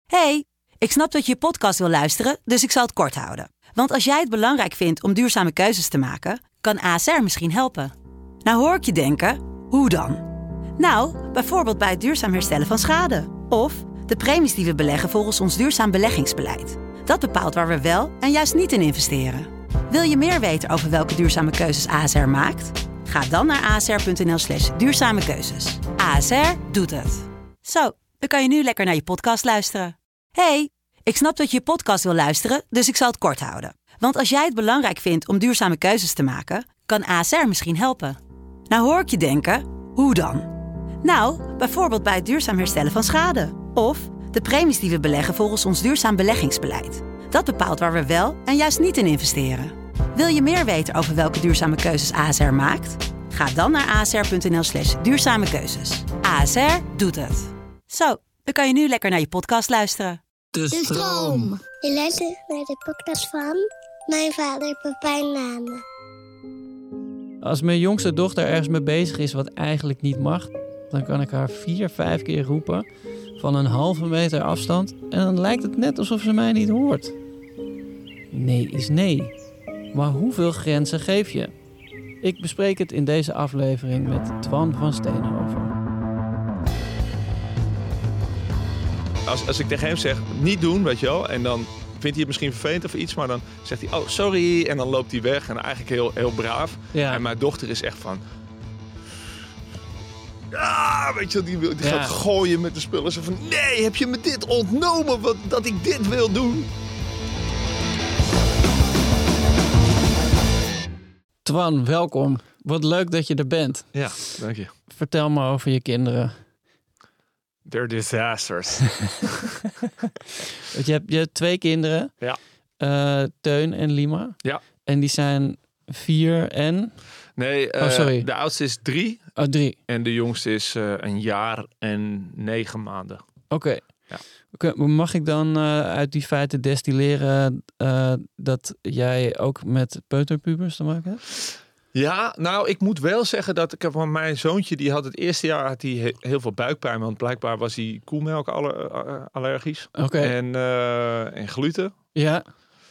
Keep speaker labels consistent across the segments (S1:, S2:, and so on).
S1: Hey, ik snap dat je je podcast wil luisteren, dus ik zal het kort houden. Want als jij het belangrijk vindt om duurzame keuzes te maken, kan ASR misschien helpen. Nou hoor ik je denken, hoe dan? Nou, bijvoorbeeld bij het duurzaam herstellen van schade. Of de premies die we beleggen volgens ons duurzaam beleggingsbeleid. Dat bepaalt waar we wel en juist niet in investeren. Wil je meer weten over welke duurzame keuzes ASR maakt? Ga dan naar asr.nl/duurzame keuzes. ASR doet het. Zo, dan kan je nu lekker naar je podcast luisteren. Hey, ik snap dat je je podcast wil luisteren, dus ik zal het kort houden. Want als jij het belangrijk vindt om duurzame keuzes te maken, kan ASR misschien helpen. Nou hoor ik je denken, hoe dan? Nou, bijvoorbeeld bij het duurzaam herstellen van schade. Of de premies die we beleggen volgens ons duurzaam beleggingsbeleid. Dat bepaalt waar we wel en juist niet in investeren. Wil je meer weten over welke duurzame keuzes ASR maakt? Ga dan naar asr.nl/duurzame keuzes. ASR doet het. Zo, dan kan je nu lekker naar je podcast luisteren.
S2: De stroom.
S3: Je luistert naar de podcast van mijn vader, papa en Nana.
S2: Als mijn jongste dochter ergens mee bezig is wat eigenlijk niet mag, dan kan ik haar 4-5 keer roepen van een halve meter afstand en dan lijkt het net alsof ze mij niet hoort. Nee is nee. Maar hoeveel grenzen geef je? Ik bespreek het in deze aflevering met Twan van Steenhoven.
S4: Als ik tegen hem zeg, niet doen, weet je wel, en dan vindt hij het misschien vervelend of iets, maar dan zegt hij, oh, sorry, en dan loopt hij weg en eigenlijk heel, heel braaf.
S2: Ja.
S4: En mijn dochter is echt van, weet je wel, die gaat gooien met de spullen. Zo van, nee, heb je me dit ontnomen, dat ik dit wil doen?
S2: Twan, welkom. Wat leuk dat je er bent.
S4: Ja, dank je.
S2: Vertel me over je kinderen.
S4: They're disasters.
S2: Want je hebt 2 kinderen.
S4: Ja.
S2: Teun en Lima.
S4: Ja.
S2: En die zijn 4 en...
S4: Nee,
S2: sorry.
S4: De oudste is 3.
S2: Oh, 3.
S4: En de jongste is 1 jaar en 9 maanden.
S2: Oké.
S4: Ja.
S2: Mag ik dan uit die feiten destilleren dat jij ook met peuterpubers te maken hebt?
S4: Ja, nou, ik moet wel zeggen dat ik van mijn zoontje, die had het eerste jaar heel veel buikpijn, want blijkbaar was hij koemelk allergisch.
S2: Oké.
S4: En gluten.
S2: Ja.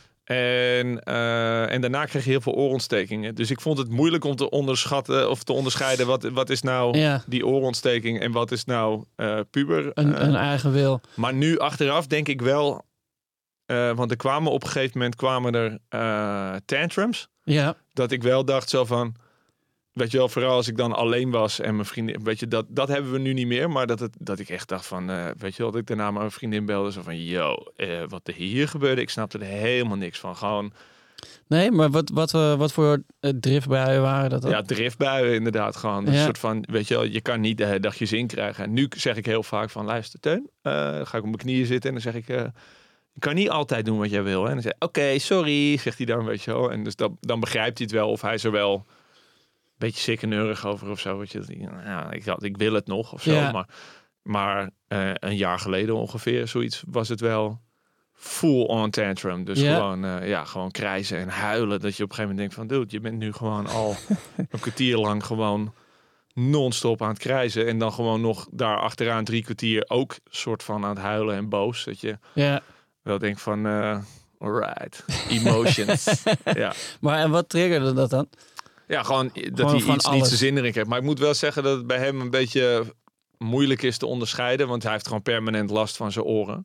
S4: En daarna kreeg hij heel veel oorontstekingen. Dus ik vond het moeilijk om te onderschatten of te onderscheiden wat is nou die oorontsteking en wat is nou puber.
S2: Een eigen wil.
S4: Maar nu achteraf denk ik wel, want er kwamen op een gegeven moment tantrums.
S2: Ja.
S4: Dat ik wel dacht zo van, weet je wel, vooral als ik dan alleen was en mijn vriendin, weet je, dat hebben we nu niet meer. Maar dat ik echt dacht van, weet je wel, dat ik daarna mijn vriendin belde zo van, wat er hier gebeurde, ik snapte er helemaal niks van. Gewoon.
S2: Nee, maar wat voor driftbuien waren dat dan?
S4: Ja, driftbuien inderdaad gewoon. Dus een soort van, weet je wel, je kan niet de hele dag je zin krijgen. En nu zeg ik heel vaak van, luister Teun, dan ga ik op mijn knieën zitten en dan zeg ik, je kan niet altijd doen wat jij wil. Hè? En dan zeg ik, oké, sorry, zegt hij dan, weet je wel. En dus dan begrijpt hij het wel of hij is er wel een beetje sikkeneurig over of zo. Weet je. Ja, ik wil het nog of zo. Ja. Maar een jaar geleden ongeveer zoiets was het wel full on tantrum. Dus gewoon krijzen en huilen. Dat je op een gegeven moment denkt van, dude, je bent nu gewoon al een kwartier lang gewoon non-stop aan het krijzen. En dan gewoon nog daar achteraan 3 kwartier ook soort van aan het huilen en boos. Dat je wel denkt van, alright, emotions. Ja.
S2: Maar en wat triggerde dat dan?
S4: Ja, gewoon dat hij iets niet zijn zin erin heeft. Maar ik moet wel zeggen dat het bij hem een beetje moeilijk is te onderscheiden. Want hij heeft gewoon permanent last van zijn oren.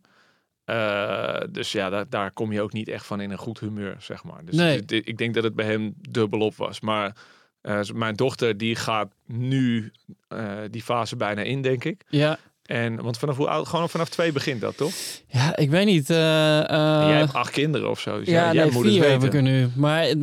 S4: Dus ja, daar kom je ook niet echt van in een goed humeur, zeg maar. Dus ik denk dat het bij hem dubbelop was. Maar mijn dochter, die gaat nu die fase bijna in, denk ik.
S2: Ja.
S4: Want vanaf hoe oud? Gewoon vanaf 2 begint dat, toch?
S2: Ja, ik weet niet.
S4: Jij hebt 8 kinderen of zo. Dus jij moet
S2: 4
S4: het
S2: heb
S4: weten.
S2: ik er nu. Maar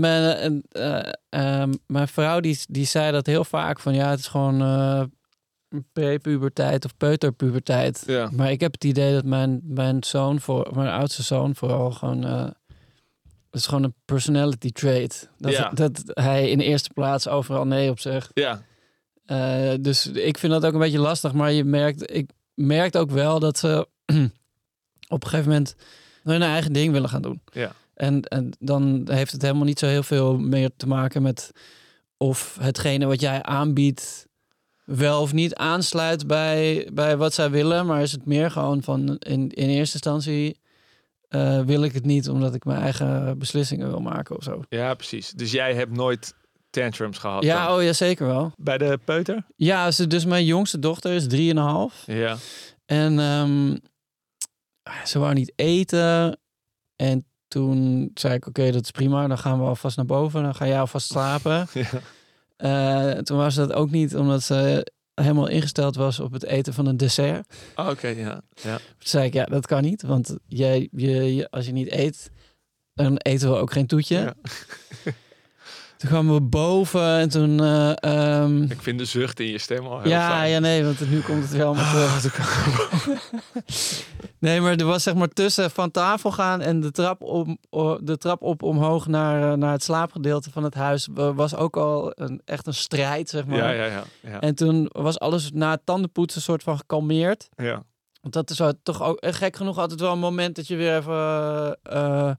S2: mijn vrouw die zei dat heel vaak van het is gewoon prepuberteit of peuterpuberteit.
S4: Ja.
S2: Maar ik heb het idee dat mijn oudste zoon vooral gewoon het is gewoon een personality trait. Dat hij in de eerste plaats overal nee op zegt.
S4: Ja.
S2: Dus ik vind dat ook een beetje lastig. Maar ik merk ook wel dat ze op een gegeven moment hun eigen ding willen gaan doen.
S4: Ja.
S2: En dan heeft het helemaal niet zo heel veel meer te maken met of hetgene wat jij aanbiedt wel of niet aansluit bij wat zij willen. Maar is het meer gewoon van in eerste instantie wil ik het niet omdat ik mijn eigen beslissingen wil maken of zo.
S4: Ja, precies. Dus jij hebt nooit tantrums gehad?
S2: Ja,
S4: dan?
S2: oh ja, zeker wel.
S4: Bij de peuter?
S2: Ja, dus mijn jongste dochter is 3,5.
S4: Ja.
S2: En ze wou niet eten. En toen zei ik, oké, dat is prima. Dan gaan we alvast naar boven. Dan ga jij alvast slapen. Ja. Toen was dat ook niet, omdat ze helemaal ingesteld was op het eten van een dessert.
S4: Oké, ja. Toen
S2: zei ik, ja, dat kan niet. Want als je niet eet, dan eten we ook geen toetje. Ja. Toen kwamen we boven en toen...
S4: ik vind de zucht in je stem al heel
S2: fijn. Ja, nee, want nu komt het wel allemaal terug. Nee, maar er was zeg maar tussen van tafel gaan en de trap op omhoog naar het slaapgedeelte van het huis was ook al echt een strijd, zeg maar.
S4: Ja.
S2: En toen was alles na het tandenpoetsen een soort van gekalmeerd.
S4: Ja.
S2: Want dat is toch ook gek genoeg altijd wel een moment dat je weer even...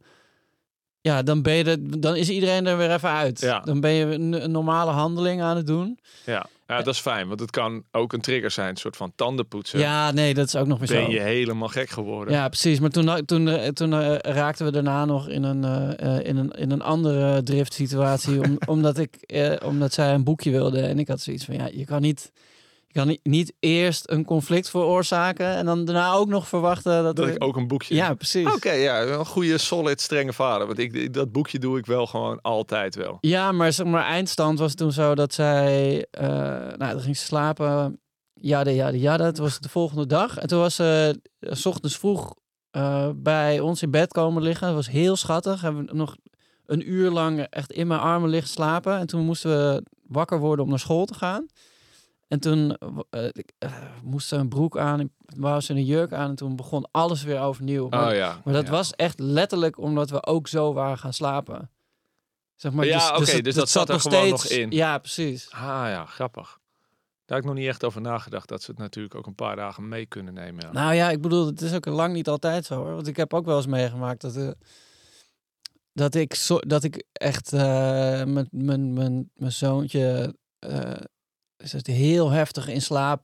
S2: dan is iedereen er weer even uit. Ja. Dan ben je een normale handeling aan het doen.
S4: Ja, dat is fijn. Want het kan ook een trigger zijn. Een soort van tandenpoetsen.
S2: Ja, nee, dat is ook nog weer zo.
S4: Ben je helemaal gek geworden.
S2: Ja, precies. Maar toen raakten we daarna nog in een andere driftsituatie. Omdat zij een boekje wilde. En ik had zoiets van, ja, je kan niet eerst een conflict veroorzaken en dan daarna ook nog verwachten dat
S4: ik ook een boekje...
S2: Ja, precies.
S4: Oké, een goede, solid, strenge vader. Want dat boekje doe ik wel gewoon altijd wel.
S2: Ja, maar zeg maar eindstand was toen zo dat zij... dan ging ze slapen. Ja. Het was de volgende dag. En toen was ze 's ochtends vroeg bij ons in bed komen liggen. Dat was heel schattig. Hebben we nog een uur lang echt in mijn armen liggen slapen. En toen moesten we wakker worden om naar school te gaan. En toen moest ze een broek aan, wou ze een jurk aan en toen begon alles weer overnieuw. Maar dat was echt letterlijk omdat we ook zo waren gaan slapen. Zeg maar,
S4: dus dat zat er nog gewoon nog in.
S2: Ja, precies.
S4: Ah ja, grappig. Daar heb ik nog niet echt over nagedacht dat ze het natuurlijk ook een paar dagen mee kunnen nemen. Ja.
S2: Nou ja, ik bedoel, het is ook lang niet altijd zo hoor. Want ik heb ook wel eens meegemaakt dat ik echt met mijn zoontje... is het heel heftig in slaap.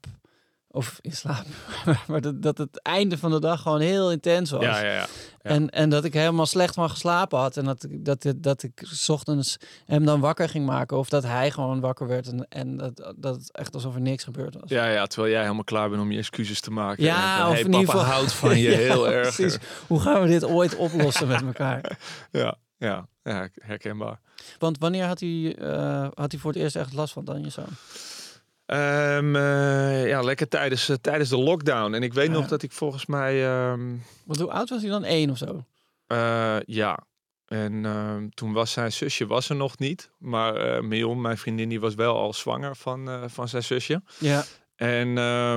S2: Maar dat het einde van de dag gewoon heel intens was.
S4: Ja.
S2: En dat ik helemaal slecht van geslapen had. En dat ik 's ochtends hem dan wakker ging maken. Of dat hij gewoon wakker werd. En dat het echt alsof er niks gebeurd was.
S4: Ja, terwijl jij helemaal klaar bent om je excuses te maken.
S2: Ja,
S4: en
S2: of in ieder geval
S4: houdt van je heel erg.
S2: Precies. Hoe gaan we dit ooit oplossen met elkaar?
S4: Ja, herkenbaar.
S2: Want wanneer had hij voor het eerst echt last van dan je zoon?
S4: Lekker tijdens de lockdown. En ik weet nog dat ik volgens mij...
S2: Want hoe oud was hij dan? 1 of zo?
S4: Ja. En toen was zijn zusje er nog niet. Maar Mion, mijn vriendin, die was wel al zwanger van zijn zusje.
S2: Ja.
S4: En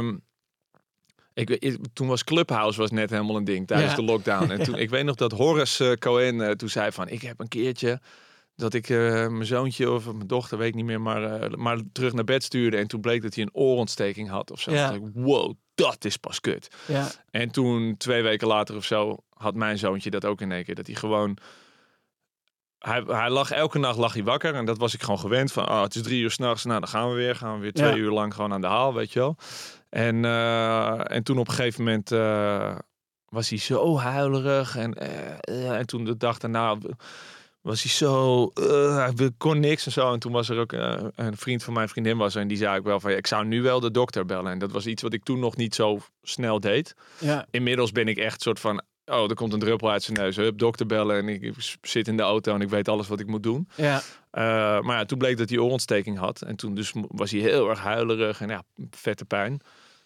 S4: toen was Clubhouse net helemaal een ding tijdens de lockdown. En toen, ik weet nog dat Horace Cohen toen zei van... Ik heb een keertje... dat ik mijn zoontje of mijn dochter, weet ik niet meer, maar terug naar bed stuurde. En toen bleek dat hij een oorontsteking had of zo.
S2: Ja.
S4: Toen dacht ik, wow, dat is pas kut.
S2: Ja.
S4: En toen 2 weken later of zo had mijn zoontje dat ook in één keer. Dat hij gewoon... Hij lag elke nacht wakker. En dat was ik gewoon gewend. Van, het is 3 uur 's nachts. Nou, dan gaan we weer 2 uur lang gewoon aan de haal, weet je wel. En toen op een gegeven moment was hij zo huilerig. En toen de dag daarna... was hij zo... hij kon niks en zo. En toen was er ook een vriend van mijn vriendin was er. En die zei ik wel van... ik zou nu wel de dokter bellen. En dat was iets wat ik toen nog niet zo snel deed. Ja. Inmiddels ben ik echt soort van... er komt een druppel uit zijn neus. Hup, dokter bellen. En ik zit in de auto en ik weet alles wat ik moet doen.
S2: Ja.
S4: Maar toen bleek dat hij oorontsteking had. En toen dus was hij heel erg huilerig. En vette pijn.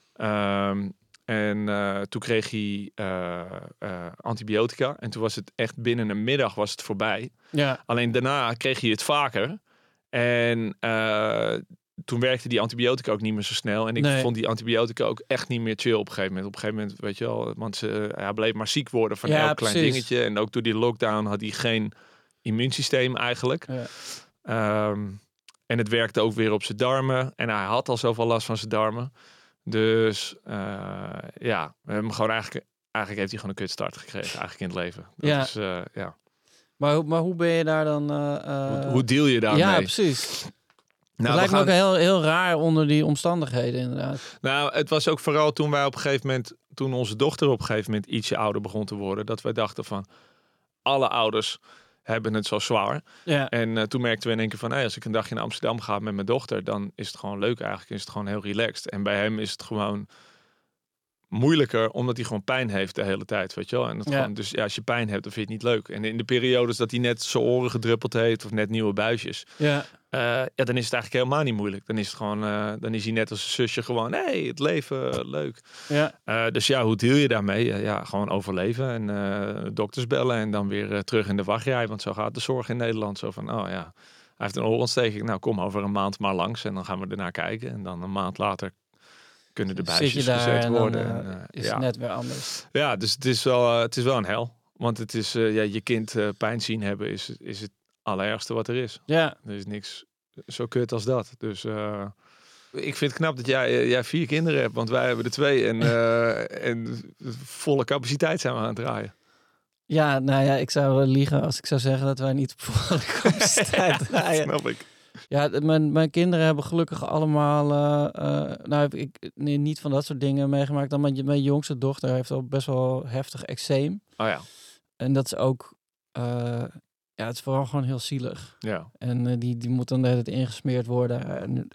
S4: Toen kreeg hij antibiotica. En toen was het echt binnen een middag was het voorbij. Ja. Alleen daarna kreeg hij het vaker. En toen werkte die antibiotica ook niet meer zo snel. En ik vond die antibiotica ook echt niet meer chill op een gegeven moment. Op een gegeven moment, weet je wel, want hij bleef maar ziek worden van elk klein dingetje. En ook door die lockdown had hij geen immuunsysteem eigenlijk. Ja. En het werkte ook weer op zijn darmen. En hij had al zoveel last van zijn darmen. Dus we hebben gewoon eigenlijk heeft hij gewoon een kutstart gekregen eigenlijk in het leven. Dat is,
S2: Maar hoe ben je daar dan...
S4: Hoe deal je daarmee?
S2: Ja, precies. Het lijkt me ook heel, heel raar onder die omstandigheden inderdaad.
S4: Nou, het was ook vooral toen wij op een gegeven moment... toen onze dochter op een gegeven moment ietsje ouder begon te worden... dat wij dachten van, alle ouders hebben het zo zwaar.
S2: Ja.
S4: En toen merkten we in één keer van... als ik een dagje naar Amsterdam ga met mijn dochter... dan is het gewoon leuk eigenlijk. Is het gewoon heel relaxed. En bij hem is het gewoon moeilijker... omdat hij gewoon pijn heeft de hele tijd, weet je wel. En dat gewoon, dus als je pijn hebt, dan vind je het niet leuk. En in de periodes dat hij net zijn oren gedruppeld heeft... of net nieuwe buisjes... dan is het eigenlijk helemaal niet moeilijk. Dan is het gewoon, dan is hij net als een zusje gewoon, het leven leuk.
S2: Ja.
S4: Dus hoe deal je daarmee? Gewoon overleven en dokters bellen en dan weer terug in de wachtrij. Want zo gaat de zorg in Nederland. Zo van, hij heeft een oorontsteking. Nou, kom over een maand maar langs en dan gaan we ernaar kijken. En dan een maand later kunnen de buisjes gezet worden.
S2: Dan is het net weer anders.
S4: Ja, dus het is wel een hel. Want het is, je kind pijn zien hebben is het allerergste wat er is.
S2: Ja.
S4: Er is niks zo kut als dat. Dus ik vind het knap dat jij 4 kinderen hebt, want wij hebben er 2 en volle capaciteit zijn we aan het draaien.
S2: Ja, nou ja, ik zou liegen als ik zou zeggen dat wij niet op volle capaciteit draaien.
S4: Snap ik.
S2: Ja, mijn kinderen hebben gelukkig allemaal, niet van dat soort dingen meegemaakt. Dan mijn jongste dochter heeft al best wel heftig eczeem.
S4: Oh ja.
S2: En dat is ook, het is vooral gewoon heel zielig.
S4: Ja.
S2: En die moet dan de hele tijd ingesmeerd worden. En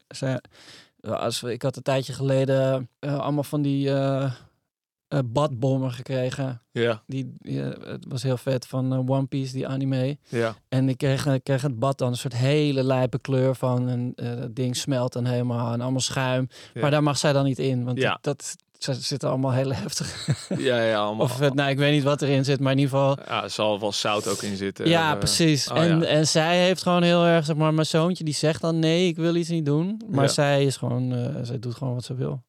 S2: ik had een tijdje geleden allemaal van die badbommen gekregen.
S4: Ja.
S2: Het was heel vet van One Piece, die anime.
S4: Ja.
S2: En ik kreeg het bad dan een soort hele lijpe kleur van. En dat ding smelt dan helemaal en allemaal schuim. Ja. Maar daar mag zij dan niet in, want ze zitten allemaal heel heftig.
S4: Ja, allemaal.
S2: Of ik weet niet wat erin zit, maar in ieder geval...
S4: Ja, er zal wel zout ook in zitten.
S2: Ja, precies. En zij heeft gewoon heel erg, zeg maar, mijn zoontje die zegt dan nee, ik wil iets niet doen. Maar zij is gewoon, zij doet gewoon wat ze wil.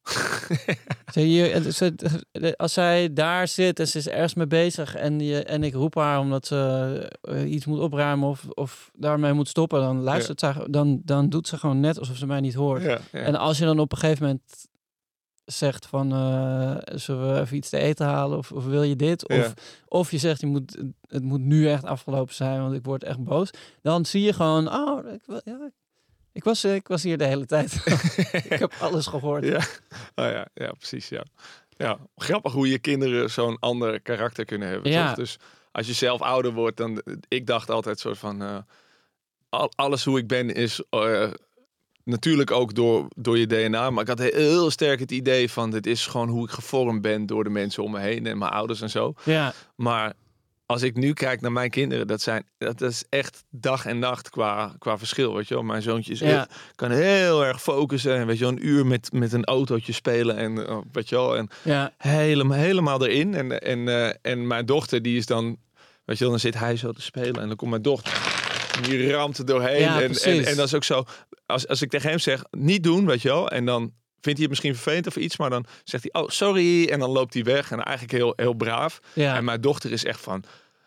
S2: Als zij daar zit en ze is ergens mee bezig en ik roep haar omdat ze iets moet opruimen of daarmee moet stoppen, dan luistert ze, dan doet ze gewoon net alsof ze mij niet hoort.
S4: Ja.
S2: En als je dan op een gegeven moment zegt van, zullen we even iets te eten halen of wil je dit? Of je zegt, het moet nu echt afgelopen zijn, want ik word echt boos. Dan zie je gewoon, ik was hier de hele tijd. Ik heb alles gehoord.
S4: Ja, precies, ja. Ja, grappig hoe je kinderen zo'n ander karakter kunnen hebben.
S2: Ja.
S4: Toch? Dus als je zelf ouder wordt, dan... Ik dacht altijd soort van... alles hoe ik ben is... natuurlijk ook door je DNA. Maar ik had heel sterk het idee van... dit is gewoon hoe ik gevormd ben door de mensen om me heen. En mijn ouders en zo.
S2: Ja.
S4: Maar als ik nu kijk naar mijn kinderen... dat is echt dag en nacht qua verschil. Weet je wel? Mijn zoontje kan heel erg focussen. En weet je wel, een uur met een autootje spelen. En weet je wel. En helemaal erin. En mijn dochter die is dan... Weet je wel, dan zit hij zo te spelen. En dan komt mijn dochter... Die ramt er doorheen.
S2: Ja,
S4: en dat is ook zo. Als ik tegen hem zeg, niet doen, weet je wel. En dan vindt hij het misschien vervelend of iets. Maar dan zegt hij, oh, sorry. En dan loopt hij weg. En eigenlijk heel, heel braaf. Ja. En mijn dochter is echt van...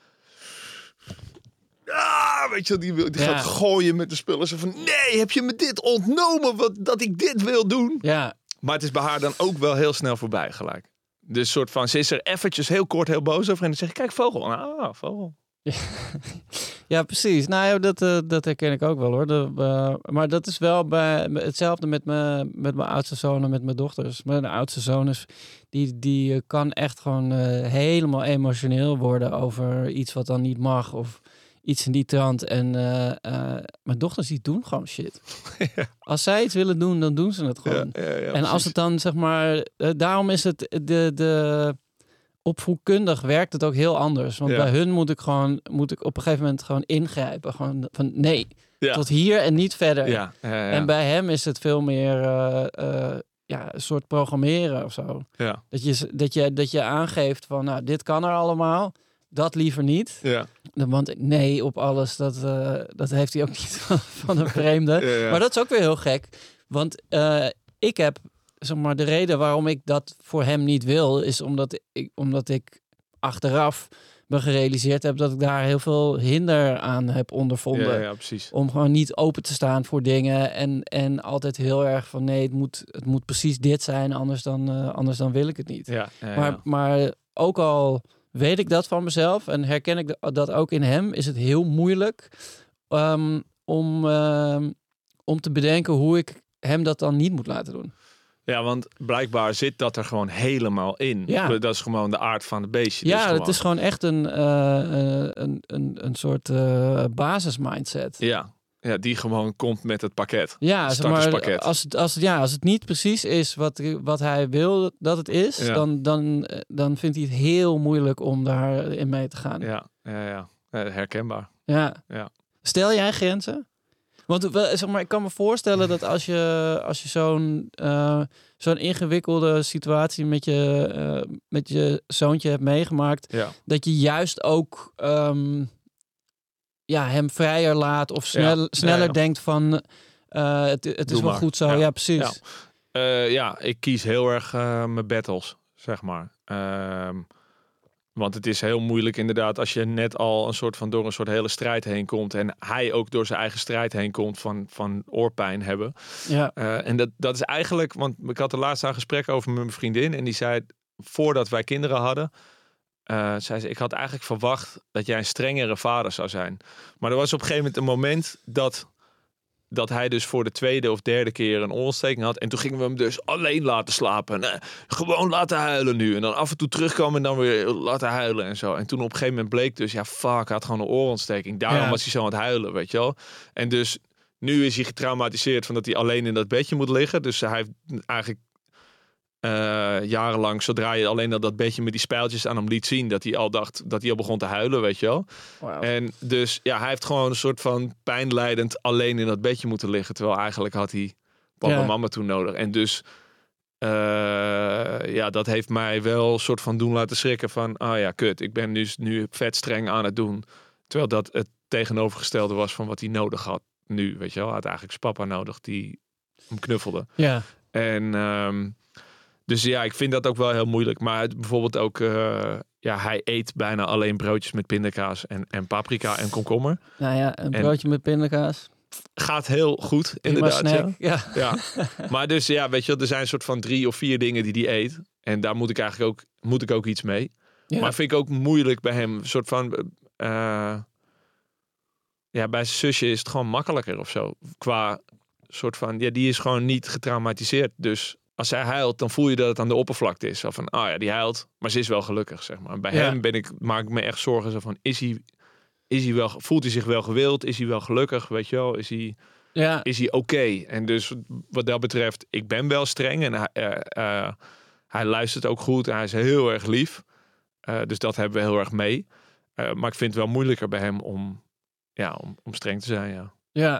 S4: weet je wel, die gaat gooien met de spullen. Zo van, nee, heb je me dit ontnomen? Dat ik dit wil doen?
S2: Ja.
S4: Maar het is bij haar dan ook wel heel snel voorbij gelijk. Dus soort van, ze is er eventjes heel kort heel boos over. En dan zeg ik, kijk, vogel. Vogel.
S2: Ja, precies. Nou ja, dat herken ik ook wel hoor. Maar dat is wel bij hetzelfde met mijn oudste zoon en met mijn dochters. Mijn oudste zoon is die kan echt gewoon helemaal emotioneel worden over iets wat dan niet mag of iets in die trant. En mijn dochters die doen gewoon shit. Ja. Als zij iets willen doen, dan doen ze het gewoon. Ja, en precies. Als het dan zeg maar, daarom is het de opvoedkundig werkt het ook heel anders. Want bij hun moet ik op een gegeven moment gewoon ingrijpen. Gewoon van nee, tot hier en niet verder. Ja. En bij hem is het veel meer een soort programmeren of zo. Ja. Dat je aangeeft van nou, dit kan er allemaal. Dat liever niet. Ja. Want nee op alles, dat heeft hij ook niet van een vreemde. Ja. Maar dat is ook weer heel gek. Want ik heb... Zeg maar, de reden waarom ik dat voor hem niet wil... is omdat ik achteraf me gerealiseerd heb... dat ik daar heel veel hinder aan heb ondervonden.
S4: Ja, precies.
S2: Om gewoon niet open te staan voor dingen... en altijd heel erg van... nee, het moet precies dit zijn... anders dan wil ik het niet. Ja. Maar ook al weet ik dat van mezelf... en herken ik dat ook in hem... is het heel moeilijk om te bedenken hoe ik hem dat dan niet moet laten doen.
S4: Ja, want blijkbaar zit dat er gewoon helemaal in.
S2: Ja.
S4: Dat is gewoon de aard van het beestje.
S2: Ja,
S4: dus gewoon...
S2: het is gewoon echt een soort basismindset.
S4: Ja, die gewoon komt met het pakket.
S2: Ja,
S4: het
S2: zeg maar,
S4: starterspakket.
S2: als het niet precies is wat hij wil dat het is, dan vindt hij het heel moeilijk om daarin mee te gaan.
S4: Ja. Herkenbaar.
S2: Ja.
S4: Ja.
S2: Stel jij grenzen? Want zeg maar, ik kan me voorstellen dat als je zo'n ingewikkelde situatie met je zoontje hebt meegemaakt, dat je juist ook hem vrijer laat of sneller denkt van het is wel maar goed zo. Ja, precies.
S4: Ja. Ik kies heel erg mijn battles, zeg maar. Want het is heel moeilijk inderdaad als je net al door een soort hele strijd heen komt. En hij ook door zijn eigen strijd heen komt van oorpijn hebben.
S2: Ja.
S4: En dat is eigenlijk, want ik had er laatst een gesprek over met mijn vriendin. En die zei, voordat wij kinderen hadden, zei ze, ik had eigenlijk verwacht dat jij een strengere vader zou zijn. Maar er was op een gegeven moment een moment dat hij dus voor de tweede of derde keer een oorontsteking had. En toen gingen we hem dus alleen laten slapen. Gewoon laten huilen nu. En dan af en toe terugkomen en dan weer laten huilen en zo. En toen op een gegeven moment bleek dus, hij had gewoon een oorontsteking. Daarom was hij zo aan het huilen, weet je wel. En dus nu is hij getraumatiseerd van dat hij alleen in dat bedje moet liggen. Dus hij heeft eigenlijk jarenlang, zodra je alleen dat bedje met die spijltjes aan hem liet zien, dat hij al dacht, dat hij al begon te huilen, weet je wel.
S2: Wow.
S4: En dus hij heeft gewoon een soort van pijnlijdend alleen in dat bedje moeten liggen, terwijl eigenlijk had hij papa en mama toen nodig. En dus dat heeft mij wel een soort van doen laten schrikken van, kut, ik ben dus nu vet streng aan het doen, terwijl dat het tegenovergestelde was van wat hij nodig had nu, weet je wel. Hij had eigenlijk zijn papa nodig die hem knuffelde.
S2: Ja.
S4: En dus ik vind dat ook wel heel moeilijk. Maar bijvoorbeeld ook, hij eet bijna alleen broodjes met pindakaas en paprika en komkommer.
S2: Nou ja, een broodje met pindakaas.
S4: Gaat heel goed, inderdaad.
S2: Snack,
S4: ja. Maar dus weet je, er zijn een soort van 3 of 4 dingen die hij eet. En daar moet ik eigenlijk ook iets mee. Ja. Maar vind ik ook moeilijk bij hem. Een soort van, bij zijn zusje is het gewoon makkelijker of zo. Qua soort van, die is gewoon niet getraumatiseerd. Dus als zij huilt, dan voel je dat het aan de oppervlakte is. Zo van, die huilt, maar ze is wel gelukkig, zeg maar. Bij hem maak ik me echt zorgen zo van, voelt hij zich wel gewild? Is hij wel gelukkig, weet je wel? Is hij oké? En dus wat dat betreft, ik ben wel streng en hij luistert ook goed. En hij is heel erg lief. Dus dat hebben we heel erg mee. Maar ik vind het wel moeilijker bij hem om streng te zijn, ja.
S2: Ja.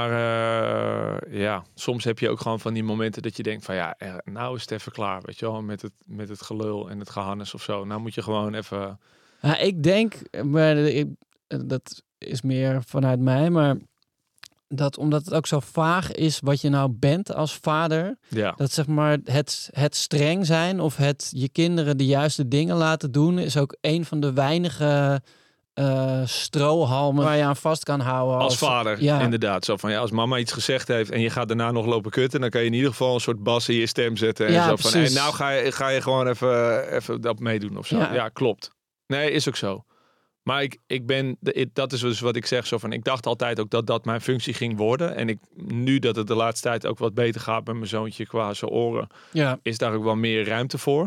S4: Maar soms heb je ook gewoon van die momenten dat je denkt van nou is het even klaar, weet je wel, met het gelul en het gehannes of zo. Nou moet je gewoon even...
S2: Ja, ik denk, maar dat is meer vanuit mij, maar dat omdat het ook zo vaag is wat je nou bent als vader, dat zeg maar het streng zijn of het je kinderen de juiste dingen laten doen, is ook een van de weinige strohalmen waar je aan vast kan houden.
S4: Als vader, inderdaad. Zo van, als mama iets gezegd heeft en je gaat daarna nog lopen kutten, dan kan je in ieder geval een soort bas in je stem zetten. En zo van, en nou ga je gewoon even dat meedoen of zo. Ja, klopt. Nee, is ook zo. Maar dat is dus wat ik zeg, zo van, ik dacht altijd ook dat mijn functie ging worden. En nu dat het de laatste tijd ook wat beter gaat met mijn zoontje qua zijn oren, is daar ook wel meer ruimte voor.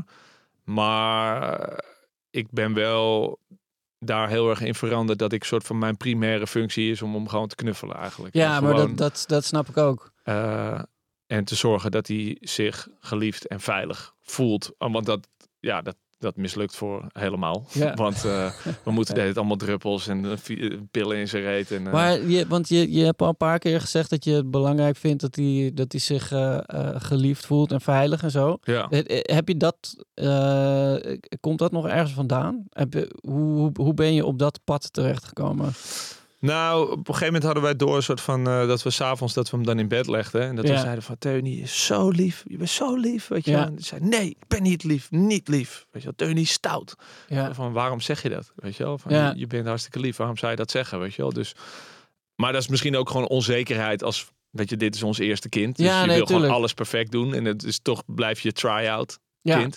S4: Maar ik ben wel daar heel erg in veranderd dat ik soort van mijn primaire functie is om hem gewoon te knuffelen eigenlijk.
S2: Ja, maar dat snap ik ook.
S4: En te zorgen dat hij zich geliefd en veilig voelt. Want dat mislukt voor helemaal. Ja. Want we moeten het allemaal druppels en pillen in zijn reet. En,
S2: maar je hebt al een paar keer gezegd dat je het belangrijk vindt dat hij zich geliefd voelt en veilig en zo.
S4: Ja.
S2: Heb je dat? Komt dat nog ergens vandaan? Hoe ben je op dat pad terechtgekomen?
S4: Nou, op een gegeven moment hadden wij door een soort van dat we 's avonds dat we hem dan in bed legden en dat we zeiden van Teunie is zo lief, je bent zo lief, weet je. Ja. En hij zei nee, ik ben niet lief, weet je wel. Teunie is stout. Ja. Van waarom zeg je dat, weet je wel? Van, je bent hartstikke lief, waarom zou je dat zeggen, weet je wel? Dus, maar dat is misschien ook gewoon onzekerheid als, weet je, dit is ons eerste kind, dus je wil gewoon alles perfect doen en het is toch blijf je try-out kind.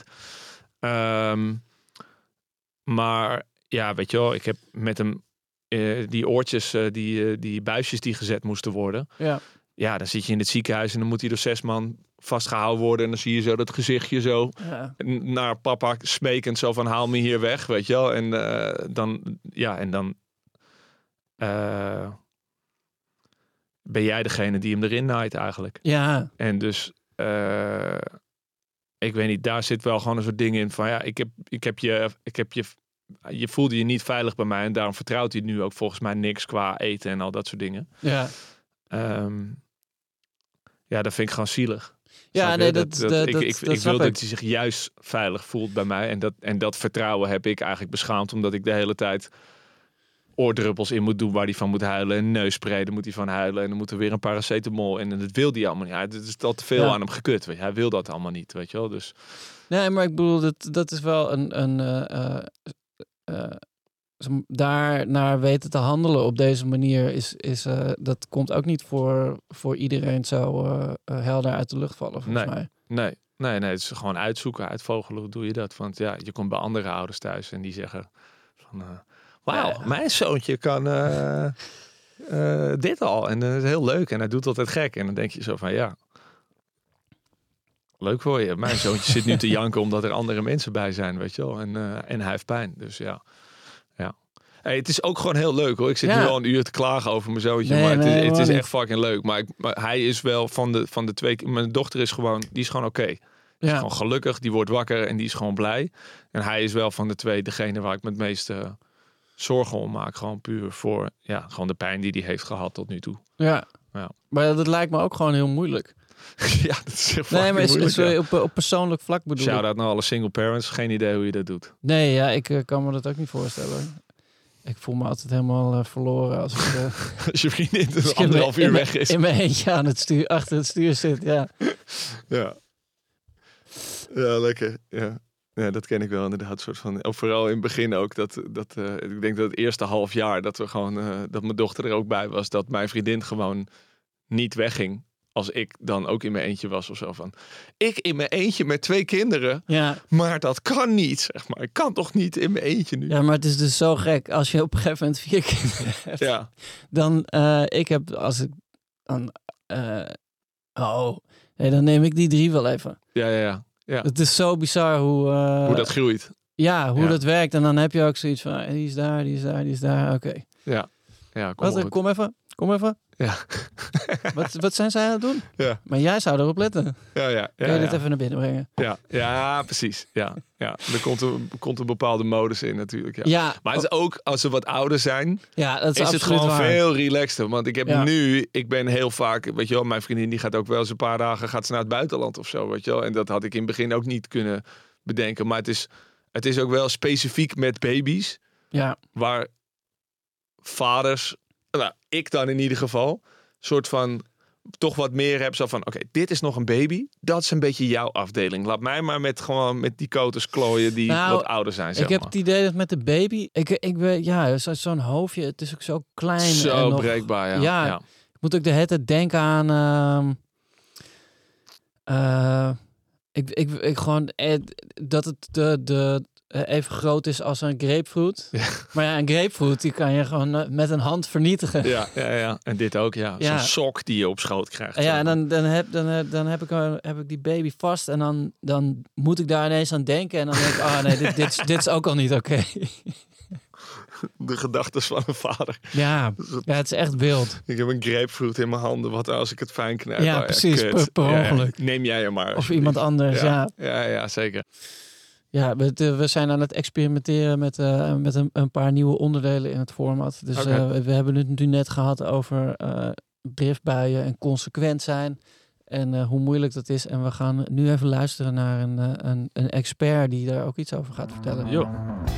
S4: Maar weet je wel, ik heb met hem die oortjes, die buisjes die gezet moesten worden. Ja. Ja, dan zit je in het ziekenhuis en dan moet hij door 6 man vastgehouden worden. En dan zie je zo dat gezichtje zo naar papa smekend zo van haal me hier weg, weet je wel. En dan ben jij degene die hem erin naait eigenlijk.
S2: Ja.
S4: En dus ik weet niet, daar zit wel gewoon een soort ding in van ja, ik heb je voelde je niet veilig bij mij en daarom vertrouwt hij nu ook volgens mij niks qua eten en al dat soort dingen.
S2: Ja.
S4: Ja, dat vind ik gewoon zielig.
S2: Ja, nee,
S4: ik wil dat hij zich juist veilig voelt bij mij. En dat vertrouwen heb ik eigenlijk beschaamd, omdat ik de hele tijd oordruppels in moet doen waar hij van moet huilen. En neusspray, daar moet hij van huilen. En dan moet er weer een paracetamol in. En dat wil hij allemaal niet. Het is al te veel aan hem gekut. Weet je. Hij wil dat allemaal niet, weet je wel. Dus...
S2: Nee, maar ik bedoel, dat is wel daar naar weten te handelen op deze manier dat komt ook niet voor iedereen zo helder uit de lucht vallen, volgens mij. Nee, het is gewoon uitzoeken, uitvogelen, hoe doe je dat? Want ja, je komt bij andere ouders thuis en die zeggen van, wauw, mijn zoontje kan dit al. En dat is heel leuk en hij doet altijd gek. En dan denk je zo van, ja, leuk voor je. Mijn zoontje zit nu te janken omdat er andere mensen bij zijn, weet je wel. En hij heeft pijn, dus ja. Hey, het is ook gewoon heel leuk hoor. Ik zit nu al een uur te klagen over mijn zoontje. Maar het is echt fucking leuk. Maar hij is wel van de twee... Mijn dochter is gewoon oké. Die is gewoon gelukkig. Die wordt wakker en die is gewoon blij. En hij is wel van de twee degene waar ik me het meeste zorgen om maak. Gewoon puur voor gewoon de pijn die hij heeft gehad tot nu toe. Ja. Maar dat lijkt me ook gewoon heel moeilijk.
S4: Ja, dat is heel moeilijk.
S2: Op persoonlijk vlak bedoel ik.
S4: Shout-out naar alle single parents. Geen idee hoe je dat doet.
S2: Nee, ja, ik kan me dat ook niet voorstellen. Ik voel me altijd helemaal verloren als ik...
S4: als je vriendin dus 1,5 uur weg is.
S2: In mijn eentje aan het stuur, achter het stuur zit, ja.
S4: Ja, lekker. Ja, dat ken ik wel inderdaad. Soort van, vooral in het begin ook. Ik denk dat het eerste half jaar dat we gewoon... dat mijn dochter er ook bij was. Dat mijn vriendin gewoon niet wegging. Als ik dan ook in mijn eentje was of zo van... Ik in mijn eentje met 2 kinderen. Ja. Maar dat kan niet, zeg maar. Ik kan toch niet in mijn eentje nu.
S2: Ja, maar het is dus zo gek. Als je op een gegeven moment 4 kinderen hebt. Ja. Dan, dan neem ik die 3 wel even.
S4: Ja.
S2: Het is zo bizar hoe
S4: dat groeit.
S2: Ja, hoe dat werkt. En dan heb je ook zoiets van... Die is daar. Oké.
S4: Ja,
S2: kom even.
S4: Ja.
S2: Wat zijn zij aan het doen?
S4: Ja.
S2: Maar jij zou erop letten.
S4: Ja.
S2: Kun je dit even naar binnen brengen?
S4: Ja, precies. Ja. Er komt een bepaalde modus in natuurlijk. Ja. Maar het is ook, als ze wat ouder zijn, dat is het gewoon veel relaxter. Want ik ben heel vaak, weet je wel, mijn vriendin die gaat ook wel eens een paar dagen naar het buitenland of zo, weet je wel. En dat had ik in het begin ook niet kunnen bedenken. Maar het is ook wel specifiek met baby's. Ja. Waar vaders... Nou, ik dan in ieder geval soort van toch wat meer heb zo van oké, dit is nog een baby, dat is een beetje jouw afdeling. Laat mij maar met die koters klooien die wat ouder zijn. Zeg
S2: ik heb het idee dat met de baby, ik weet zo'n hoofdje, het is ook zo klein,
S4: zo
S2: en nog,
S4: breekbaar. Ja.
S2: Ik moet ook de hele tijd denken aan ik gewoon dat het de even groot is als een grapefruit. Ja. Maar ja, een grapefruit die kan je gewoon met een hand vernietigen.
S4: Ja. En dit ook, Zo'n sok die je op schoot krijgt.
S2: Ja, en dan heb ik die baby vast en dan moet ik daar ineens aan denken. En dan denk ik, dit is ook al niet oké.
S4: De gedachtes van een vader.
S2: Ja, het is echt wild.
S4: Ik heb een grapefruit in mijn handen. Wat als ik het fijn knijp?
S2: Ja, precies. Per ongeluk.
S4: Neem jij hem maar.
S2: Of iemand anders,
S4: Ja, zeker.
S2: Ja, we zijn aan het experimenteren met een paar nieuwe onderdelen in het format. Dus we hebben het nu net gehad over driftbuien en consequent zijn. En hoe moeilijk dat is. En we gaan nu even luisteren naar een expert die daar ook iets over gaat vertellen.
S4: Jo.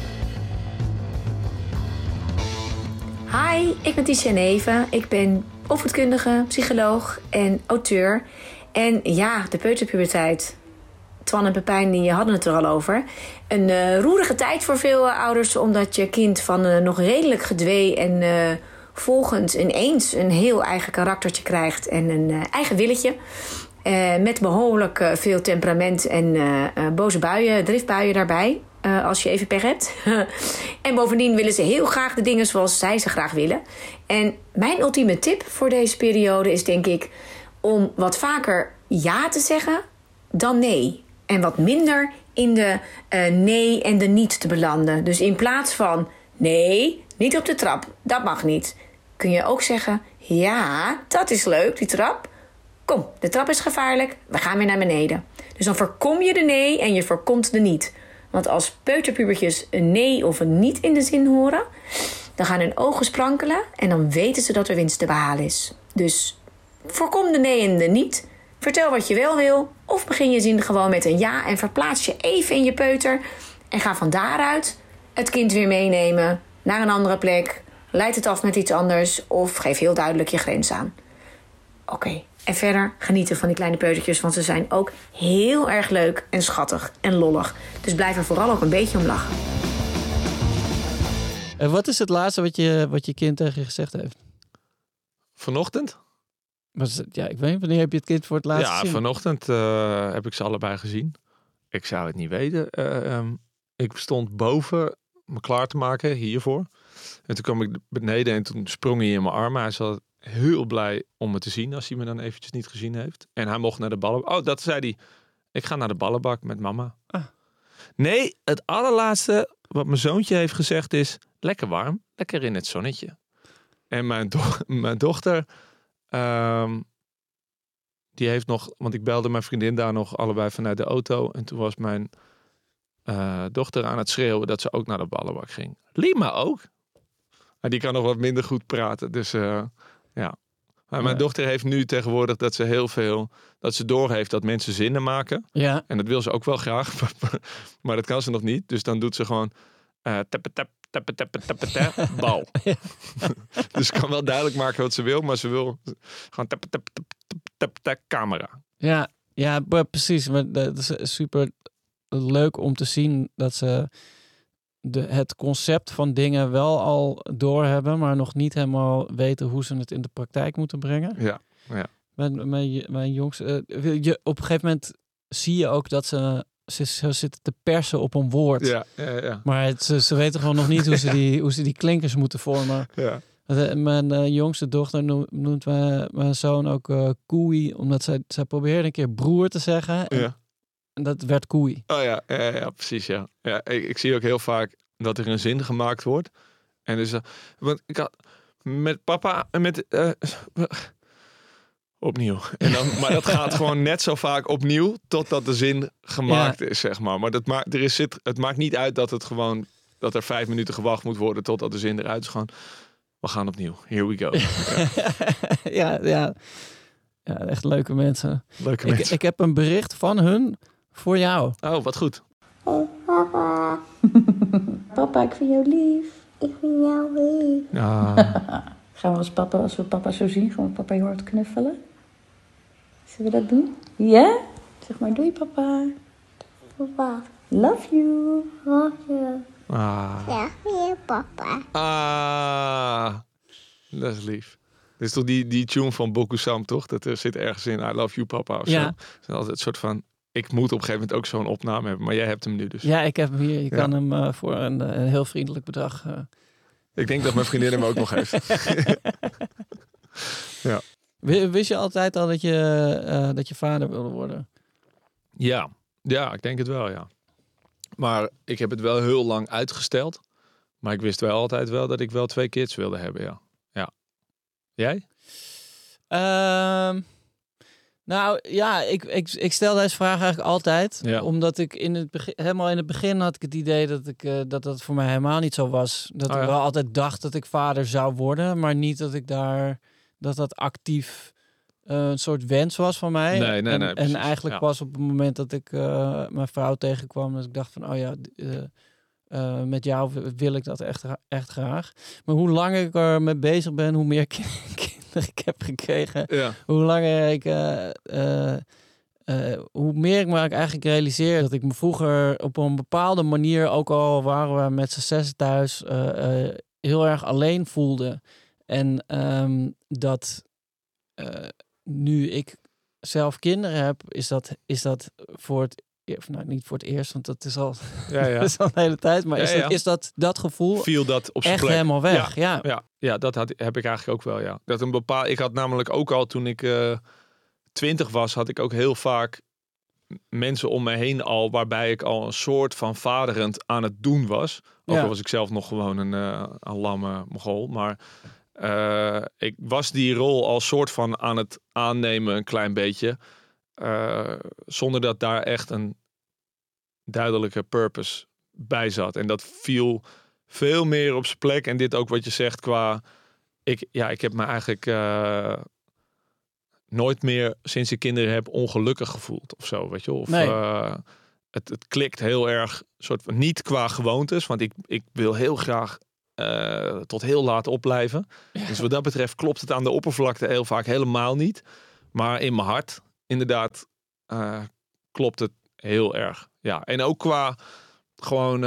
S5: Hi, ik ben Tisha Neven. Ik ben opvoedkundige, psycholoog en auteur. En ja, de peuterpuberteit. Twan en Pepijn die hadden het er al over. Een roerige tijd voor veel ouders, omdat je kind van nog redelijk gedwee en volgend ineens een heel eigen karaktertje krijgt en een eigen willetje. Met behoorlijk veel temperament en boze buien, driftbuien daarbij. als je even pech hebt. En bovendien willen ze heel graag de dingen zoals zij ze graag willen. En mijn ultieme tip voor deze periode is denk ik om wat vaker ja te zeggen dan nee. En wat minder in de nee en de niet te belanden. Dus in plaats van nee, niet op de trap, dat mag niet. Kun je ook zeggen, ja, dat is leuk, die trap. Kom, de trap is gevaarlijk, we gaan weer naar beneden. Dus dan voorkom je de nee en je voorkomt de niet. Want als peuterpubertjes een nee of een niet in de zin horen, dan gaan hun ogen sprankelen en dan weten ze dat er winst te behalen is. Dus voorkom de nee en de niet. Vertel wat je wel wil of begin je zin gewoon met een ja en verplaats je even in je peuter en ga van daaruit het kind weer meenemen naar een andere plek. Leid het af met iets anders of geef heel duidelijk je grens aan. Oké. En verder genieten van die kleine peutertjes, want ze zijn ook heel erg leuk en schattig en lollig. Dus blijf er vooral ook een beetje om lachen.
S2: En wat is het laatste wat je kind tegen je gezegd heeft?
S4: Vanochtend?
S2: Ja, ik weet niet, wanneer heb je het kind voor het laatst gezien?
S4: Ja, vanochtend heb ik ze allebei gezien. Ik zou het niet weten. Ik stond boven me klaar te maken hiervoor. En toen kwam ik beneden en toen sprong hij in mijn armen. Hij zat heel blij om me te zien als hij me dan eventjes niet gezien heeft. En hij mocht naar de ballenbak. Oh, dat zei hij. Ik ga naar de ballenbak met mama. Ah. Nee, het allerlaatste wat mijn zoontje heeft gezegd is lekker warm, lekker in het zonnetje. En mijn dochter, die heeft nog, want ik belde mijn vriendin daar nog allebei vanuit de auto. En toen was mijn dochter aan het schreeuwen dat ze ook naar de ballenbak ging. Lima ook. Maar die kan nog wat minder goed praten, dus ja. Maar mijn dochter heeft nu tegenwoordig dat ze doorheeft dat mensen zinnen maken. Ja. En dat wil ze ook wel graag, maar dat kan ze nog niet. Dus dan doet ze gewoon bal. Ja. Dus ze kan wel duidelijk maken wat ze wil, maar ze wil gewoon camera.
S2: Ja, precies. Maar dat is super leuk om te zien dat ze het concept van dingen wel al doorhebben, maar nog niet helemaal weten hoe ze het in de praktijk moeten brengen. Ja. Mijn jongste, op een gegeven moment zie je ook dat ze zitten te persen op een woord. Ja. Maar ze weten gewoon nog niet hoe ze die klinkers moeten vormen. Ja. Mijn jongste dochter noemt mijn zoon ook koei, omdat zij probeerde een keer broer te zeggen. En dat werd koei.
S4: Oh ja, precies, ja. Ik zie ook heel vaak dat er een zin gemaakt wordt. En dus, want ik had met papa, opnieuw. En dan, maar dat gaat gewoon net zo vaak opnieuw totdat de zin gemaakt is, zeg maar. Maar het maakt niet uit dat er 5 minuten gewacht moet worden totdat de zin eruit is. Gewoon, we gaan opnieuw. Here we go.
S2: Ja, echt leuke mensen. Ik heb een bericht van hun voor jou.
S4: Oh, wat goed.
S3: Hey papa.
S5: Papa, ik vind jou lief.
S3: Ik vind jou lief.
S5: Gaan we als we papa zo zien, gewoon papa je hoort knuffelen? Zullen we dat doen? Ja? Zeg maar doei papa.
S3: Papa.
S5: Love you.
S3: Love you. Ja, weer papa.
S4: Dat is lief. Dit is toch die tune van Bokusam, toch? Dat er zit ergens in I love you papa of zo. Het is altijd een soort van, ik moet op een gegeven moment ook zo'n opname hebben. Maar jij hebt hem nu dus.
S2: Ja, ik heb hem hier. Je kan hem voor een heel vriendelijk bedrag.
S4: Ik denk dat mijn vriendin hem ook nog heeft. Ja.
S2: Wist je altijd al dat je vader wilde worden?
S4: Ja, ik denk het wel, ja. Maar ik heb het wel heel lang uitgesteld. Maar ik wist wel altijd wel dat ik wel 2 kids wilde hebben, ja. Jij?
S2: Nou ja, ik stel deze vraag eigenlijk altijd. Ja. Omdat ik helemaal in het begin had ik het idee dat voor mij helemaal niet zo was. Dat ik wel altijd dacht dat ik vader zou worden. Maar niet dat ik dat actief een soort wens was van mij. Nee, en eigenlijk pas op het moment dat ik mijn vrouw tegenkwam. Dat ik dacht van, met jou wil ik dat echt graag. Maar hoe langer ik er mee bezig ben, hoe meer kinderen ik heb gekregen. Ja. Hoe meer ik me eigenlijk realiseer dat ik me vroeger op een bepaalde manier, ook al waren we met z'n 6 thuis, heel erg alleen voelde. En dat nu ik zelf kinderen heb, is dat voor het niet voor het eerst, want dat is al,
S4: Ja, ja.
S2: dat is al een hele tijd. Maar is dat gevoel
S4: viel dat op zijn
S2: echt
S4: plek.
S2: helemaal weg?
S4: Ja, dat heb ik eigenlijk ook wel, ja. Ik had namelijk ook al toen ik 20 was, had ik ook heel vaak mensen om me heen al, waarbij ik al een soort van vaderend aan het doen was. Ook al was ik zelf nog gewoon een lamme Mongool. Maar ik was die rol al soort van aan het aannemen, een klein beetje. Zonder dat daar echt een duidelijke purpose bij zat. En dat viel veel meer op zijn plek. En dit ook wat je zegt qua... Ik heb me eigenlijk nooit meer sinds ik kinderen heb ongelukkig gevoeld of zo, weet je. Of het klikt heel erg, soort van niet qua gewoontes, want ik wil heel graag tot heel laat opblijven. Ja. Dus wat dat betreft klopt het aan de oppervlakte heel vaak helemaal niet. Maar in mijn hart, inderdaad, klopt het heel erg. Ja, en ook qua gewoon...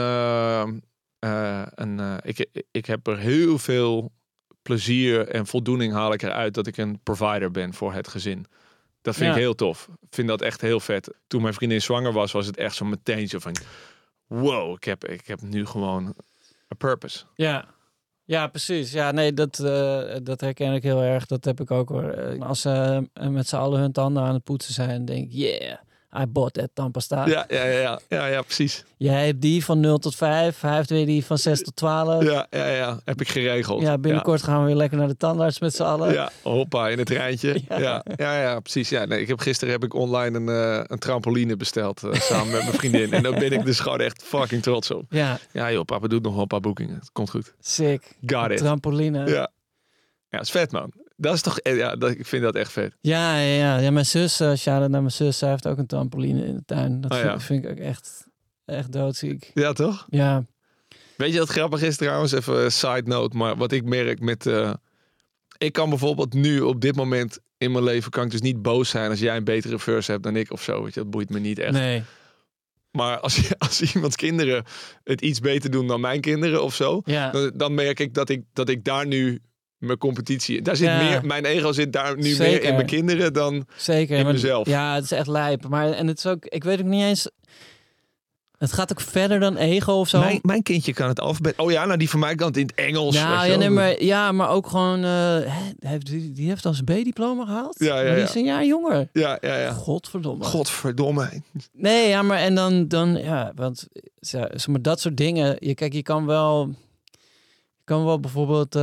S4: ik heb er heel veel plezier en voldoening haal ik eruit dat ik een provider ben voor het gezin. Dat vind ik heel tof. Ik vind dat echt heel vet. Toen mijn vriendin zwanger was het echt zo meteen zo van... Wow, ik heb nu gewoon een purpose.
S2: Ja, precies. Ja, nee, dat herken ik heel erg. Dat heb ik ook hoor. Als ze met z'n allen hun tanden aan het poetsen zijn, denk ik, yeah, I bought that tandpasta.
S4: Ja, precies.
S2: Jij hebt die van 0 tot 5. Hij heeft weer die van 6 tot 12.
S4: Ja. Heb ik geregeld.
S2: Ja, binnenkort gaan we weer lekker naar de tandarts met z'n allen.
S4: Ja, hoppa, in het rijntje. Ja, precies. Ja, nee, gisteren heb ik online een trampoline besteld samen met mijn vriendin. En daar ben ik dus gewoon echt fucking trots op. Ja joh, papa doet nog wel een paar boekingen. Het komt goed.
S2: Sick.
S4: Got it.
S2: Trampoline.
S4: Ja, is vet man. Dat is toch, ik vind dat echt vet.
S2: Ja, mijn zus, shout-out naar mijn zus, zij heeft ook een trampoline in de tuin. Dat vind ik ook echt doodziek.
S4: Ja, toch?
S2: Ja.
S4: Weet je wat grappig is trouwens? Even een side note, maar wat ik merk met... ik kan bijvoorbeeld nu op dit moment in mijn leven kan ik dus niet boos zijn als jij een betere verse hebt dan ik of zo. Weet je, dat boeit me niet echt.
S2: Nee.
S4: Maar als iemands kinderen het iets beter doen dan mijn kinderen of zo, dan merk ik dat ik daar nu mijn competitie... Daar zit meer, mijn ego zit daar nu meer in mijn kinderen dan in mezelf.
S2: Ja, het is echt lijp. En het is ook... Ik weet ook niet eens... Het gaat ook verder dan ego of zo.
S4: Mijn kindje kan het alfabet... Oh ja, nou die van mij kan het in het Engels.
S2: Maar ook gewoon... die heeft al zijn B-diploma gehaald.
S4: Ja.
S2: Die is een jaar jonger.
S4: Ja.
S2: Godverdomme. Nee, ja, maar en dan want zeg maar dat soort dingen. Je kan wel bijvoorbeeld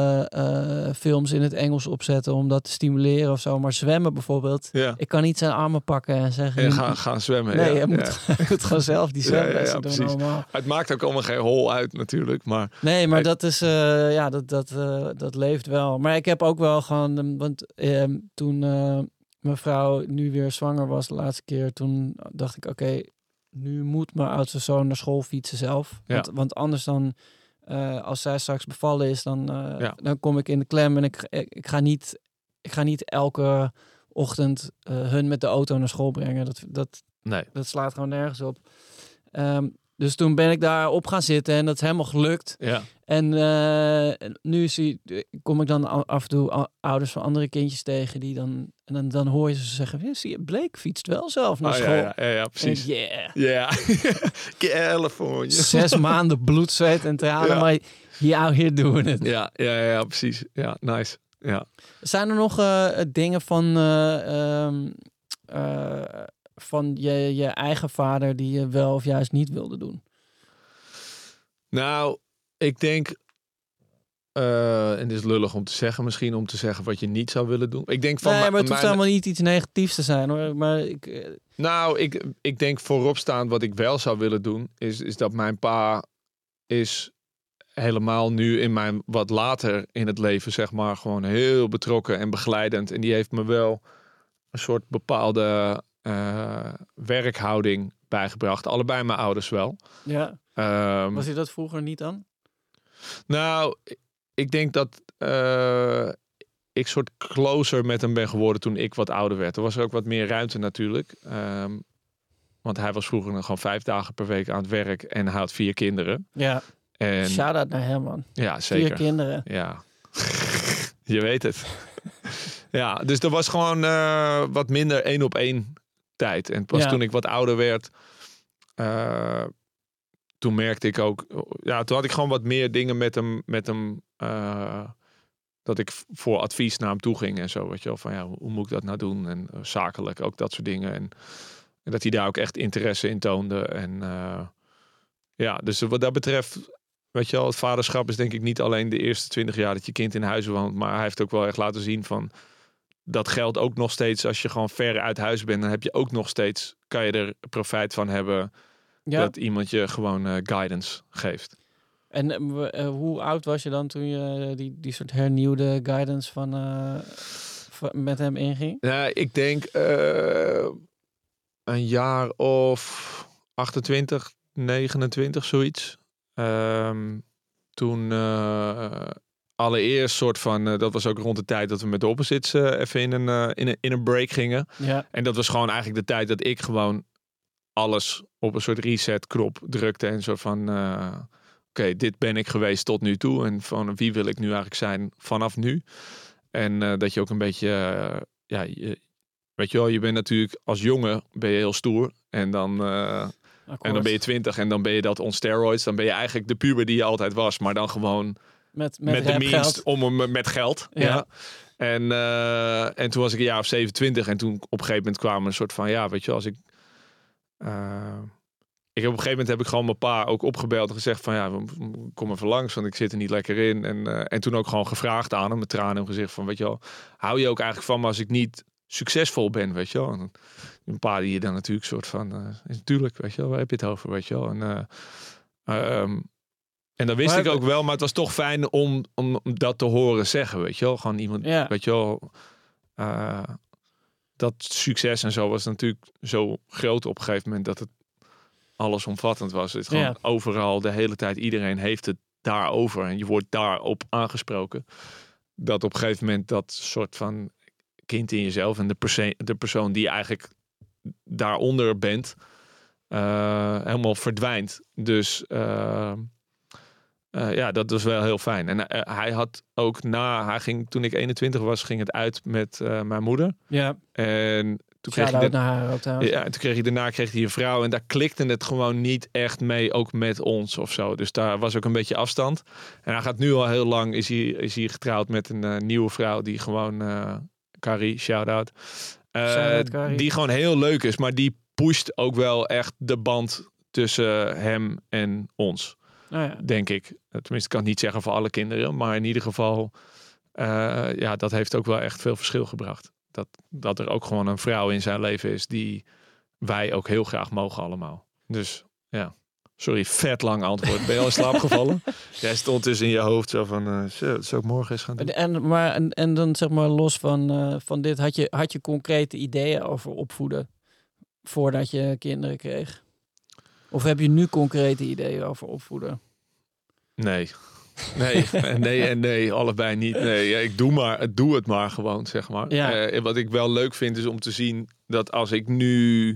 S2: films in het Engels opzetten om dat te stimuleren of zo. Maar zwemmen bijvoorbeeld. Ja. Ik kan niet zijn armen pakken en zeggen...
S4: Gaan zwemmen.
S2: Nee, je moet gewoon zelf die zwemlessen doen allemaal.
S4: Het maakt ook allemaal geen hol uit natuurlijk. Maar
S2: nee, maar dat is... dat leeft wel. Maar ik heb ook wel gewoon... Want toen mijn vrouw nu weer zwanger was de laatste keer... Toen dacht ik, oké, nu moet mijn oudste zoon naar school fietsen zelf. Want anders dan... als zij straks bevallen is, dan kom ik in de klem en ik ga niet elke ochtend hun met de auto naar school brengen. Dat slaat gewoon nergens op. Dus toen ben ik daar op gaan zitten en dat is helemaal gelukt. Ja. En nu kom ik dan af en toe ouders van andere kindjes tegen die dan hoor je ze zeggen, zie je, Blake fietst wel zelf naar school.
S4: Ja, precies.
S2: Ja.
S4: Californië.
S2: 6 maanden bloed, zweet en tranen, maar hier doen we het.
S4: Ja, precies. Ja, nice. Ja.
S2: Zijn er nog dingen van je eigen vader die je wel of juist niet wilde doen?
S4: Nou, ik denk, en dit is lullig om te zeggen, misschien om te zeggen wat je niet zou willen doen. Ik denk van
S2: maar het hoeft helemaal niet iets negatiefs te zijn hoor. Maar
S4: ik denk vooropstaan wat ik wel zou willen doen, is dat mijn pa is helemaal nu in mijn wat later in het leven, zeg maar, gewoon heel betrokken en begeleidend. En die heeft me wel een soort bepaalde werkhouding bijgebracht. Allebei mijn ouders wel.
S2: Ja. Was je dat vroeger niet dan?
S4: Nou, ik denk dat ik soort closer met hem ben geworden toen ik wat ouder werd. Er was er ook wat meer ruimte natuurlijk. Want hij was vroeger nog gewoon 5 dagen per week aan het werk en hij had 4 kinderen. Ja. En
S2: shout-out naar hem, man.
S4: Ja, zeker.
S2: 4 kinderen.
S4: Ja. Je weet het. Ja, dus er was gewoon wat minder 1-op-1 tijd. En pas toen ik wat ouder werd, toen merkte ik ook... Ja, toen had ik gewoon wat meer dingen met hem dat ik voor advies naar hem toe ging en zo. Weet je wel, van ja, hoe moet ik dat nou doen? En zakelijk, ook dat soort dingen. En dat hij daar ook echt interesse in toonde. En dus wat dat betreft, weet je wel, het vaderschap is denk ik niet alleen de eerste 20 jaar dat je kind in huis woont. Maar hij heeft ook wel echt laten zien van... Dat geldt ook nog steeds als je gewoon ver uit huis bent. Dan heb je ook nog steeds, kan je er profijt van hebben... dat iemand je gewoon guidance geeft.
S2: En hoe oud was je dan toen je die soort hernieuwde guidance met hem inging?
S4: Ja, ik denk een jaar of 28, 29, zoiets. Toen allereerst soort van... dat was ook rond de tijd dat we met de opposites even in een break gingen. Ja. En dat was gewoon eigenlijk de tijd dat ik gewoon alles op een soort reset knop drukte. En zo van... Oké, dit ben ik geweest tot nu toe. En van wie wil ik nu eigenlijk zijn vanaf nu? En dat je ook een beetje... weet je wel, je bent natuurlijk als jongen ben je heel stoer. En dan ben je 20 en dan ben je dat on steroids. Dan ben je eigenlijk de puber die je altijd was. Maar dan gewoon met de means met geld. Ja. En toen was ik een jaar of 27. En toen op een gegeven moment kwamen een soort van... Ja, weet je wel, als ik... op een gegeven moment heb ik gewoon mijn pa ook opgebeld en gezegd van ja, kom even langs, want ik zit er niet lekker in. En toen ook gewoon gevraagd aan hem, met tranen in mijn gezicht van, weet je wel, hou je ook eigenlijk van me als ik niet succesvol ben, weet je wel. En een pa die je dan natuurlijk soort van, natuurlijk, weet je wel, waar heb je het over, weet je wel. En dat wist ik ook wel, maar het was toch fijn om dat te horen zeggen, weet je wel. Gewoon iemand, weet je wel, dat succes en zo was natuurlijk zo groot op een gegeven moment dat het allesomvattend was. Het is gewoon overal, de hele tijd, iedereen heeft het daarover. En je wordt daarop aangesproken. Dat op een gegeven moment dat soort van kind in jezelf en de persoon die je eigenlijk daaronder bent, helemaal verdwijnt. Dus dat was wel heel fijn. En hij had ook toen ik 21 was, ging het uit met mijn moeder. Ja. En toen kreeg daarna kreeg hij een vrouw en daar klikte het gewoon niet echt mee, ook met ons of zo. Dus daar was ook een beetje afstand. En hij gaat nu al heel lang, is hij getrouwd met een nieuwe vrouw die gewoon, Carrie, shout-out. Die gewoon heel leuk is, maar die pusht ook wel echt de band tussen hem en ons. Denk ik. Tenminste, ik kan het niet zeggen voor alle kinderen, maar in ieder geval, dat heeft ook wel echt veel verschil gebracht. Dat er ook gewoon een vrouw in zijn leven is die wij ook heel graag mogen allemaal. Dus ja, sorry, vet lang antwoord. Ben je al in slaap gevallen? Jij stond dus in je hoofd zo van, dat zou ik morgen eens gaan doen.
S2: En dan zeg maar los van dit, had je concrete ideeën over opvoeden voordat je kinderen kreeg? Of heb je nu concrete ideeën over opvoeden?
S4: Nee, allebei niet. Nee, ja, ik doe het maar gewoon, zeg maar. Ja. Wat ik wel leuk vind is om te zien dat als ik nu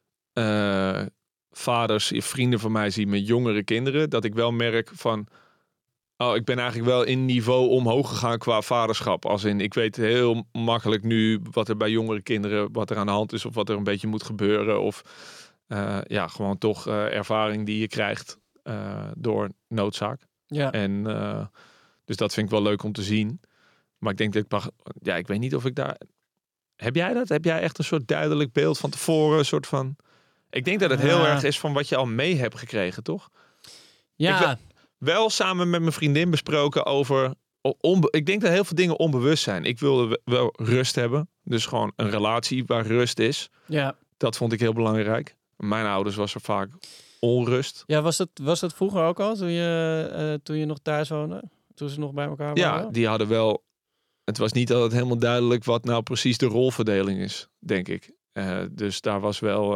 S4: vaders, vrienden van mij zie met jongere kinderen, dat ik wel merk van, ik ben eigenlijk wel in niveau omhoog gegaan qua vaderschap. Als in, ik weet heel makkelijk nu wat er bij jongere kinderen, wat er aan de hand is of wat er een beetje moet gebeuren. Of gewoon toch ervaring die je krijgt door noodzaak. Ja. En dus dat vind ik wel leuk om te zien. Maar ik denk dat ik weet niet of ik daar... Heb jij dat? Heb jij echt een soort duidelijk beeld van tevoren? Een soort van... Ik denk dat het heel erg is van wat je al mee hebt gekregen, toch? Ja. Ik wel samen met mijn vriendin besproken over... Ik denk dat heel veel dingen onbewust zijn. Ik wilde wel rust hebben. Dus gewoon een relatie waar rust is. Ja. Dat vond ik heel belangrijk. Mijn ouders was er vaak onrust.
S2: Ja, was dat vroeger ook al? Toen je nog thuis woonde? Toen ze nog bij elkaar waren?
S4: Ja, die hadden wel... Het was niet altijd helemaal duidelijk wat nou precies de rolverdeling is, denk ik. Dus daar was wel...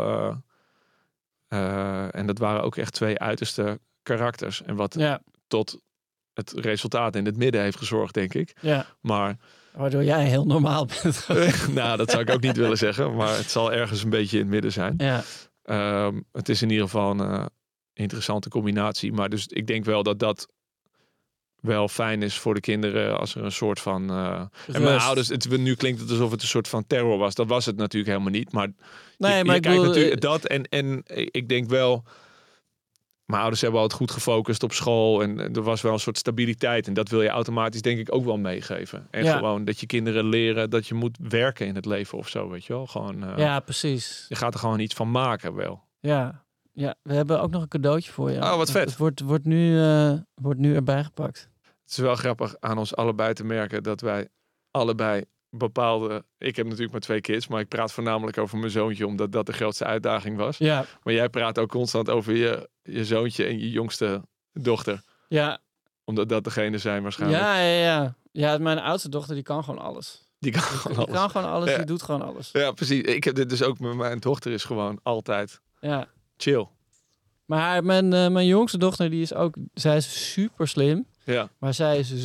S4: en dat waren ook echt twee uiterste karakters. En wat tot het resultaat in het midden heeft gezorgd, denk ik. Ja. Maar...
S2: Waardoor jij heel normaal bent.
S4: Nou, dat zou ik ook niet willen zeggen. Maar het zal ergens een beetje in het midden zijn. Ja. Het is in ieder geval een interessante combinatie. Maar dus ik denk wel dat wel fijn is voor de kinderen als er een soort van... en mijn ouders, nu klinkt het alsof het een soort van terror was. Dat was het natuurlijk helemaal niet. Maar je kijkt natuurlijk dat en ik denk wel... Mijn ouders hebben altijd goed gefocust op school en er was wel een soort stabiliteit. En dat wil je automatisch denk ik ook wel meegeven. En gewoon dat je kinderen leren dat je moet werken in het leven of zo, weet je wel. Gewoon,
S2: ja, precies.
S4: Je gaat er gewoon iets van maken wel.
S2: Ja, we hebben ook nog een cadeautje voor je.
S4: Oh, wat vet.
S2: Het wordt nu erbij gepakt.
S4: Het is wel grappig aan ons allebei te merken dat wij allebei bepaalde... Ik heb natuurlijk maar 2 kids, maar ik praat voornamelijk over mijn zoontje, omdat dat de grootste uitdaging was.
S2: Ja.
S4: Maar jij praat ook constant over je zoontje en je jongste dochter.
S2: Ja.
S4: Omdat dat degene zijn waarschijnlijk.
S2: Ja. Ja, mijn oudste dochter, die kan gewoon alles.
S4: Die kan gewoon alles.
S2: Ja. Die doet gewoon alles.
S4: Ja, precies. Ik heb dit dus ook met mijn dochter is gewoon altijd chill.
S2: Maar mijn jongste dochter, zij is super slim.
S4: Ja.
S2: Maar zij is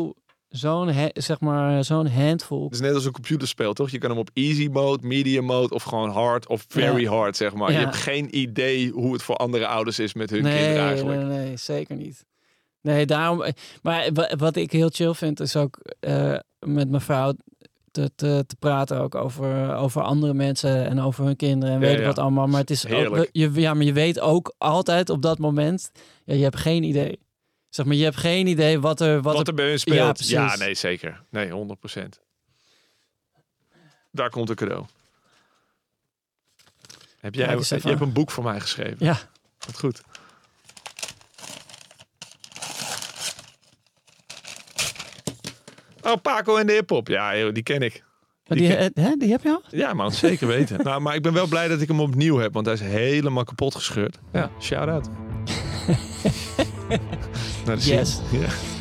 S2: zo'n handful.
S4: Het is net als een computerspel, toch? Je kan hem op easy mode, medium mode of gewoon hard of very hard, zeg maar. Ja. Je hebt geen idee hoe het voor andere ouders is met hun kinderen eigenlijk.
S2: Nee, zeker niet. Nee, daarom... Maar wat ik heel chill vind, is ook met mijn vrouw te praten ook over andere mensen en over hun kinderen en weet ik wat allemaal. Maar het is ook, maar je weet ook altijd op dat moment, je hebt geen idee. Zeg maar, je hebt geen idee wat er
S4: bij hun speelt.
S2: Ja,
S4: ja, nee, zeker. Nee, 100%. Daar komt een cadeau. Je hebt een boek voor mij geschreven.
S2: Ja.
S4: Wat goed. Oh, Paco en de hiphop. Ja, die ken ik.
S2: Die heb je al?
S4: Ja, man, zeker weten. Nou, maar ik ben wel blij dat ik hem opnieuw heb, want hij is helemaal kapot gescheurd. Ja, shout-out.
S2: Yes.
S4: Ja.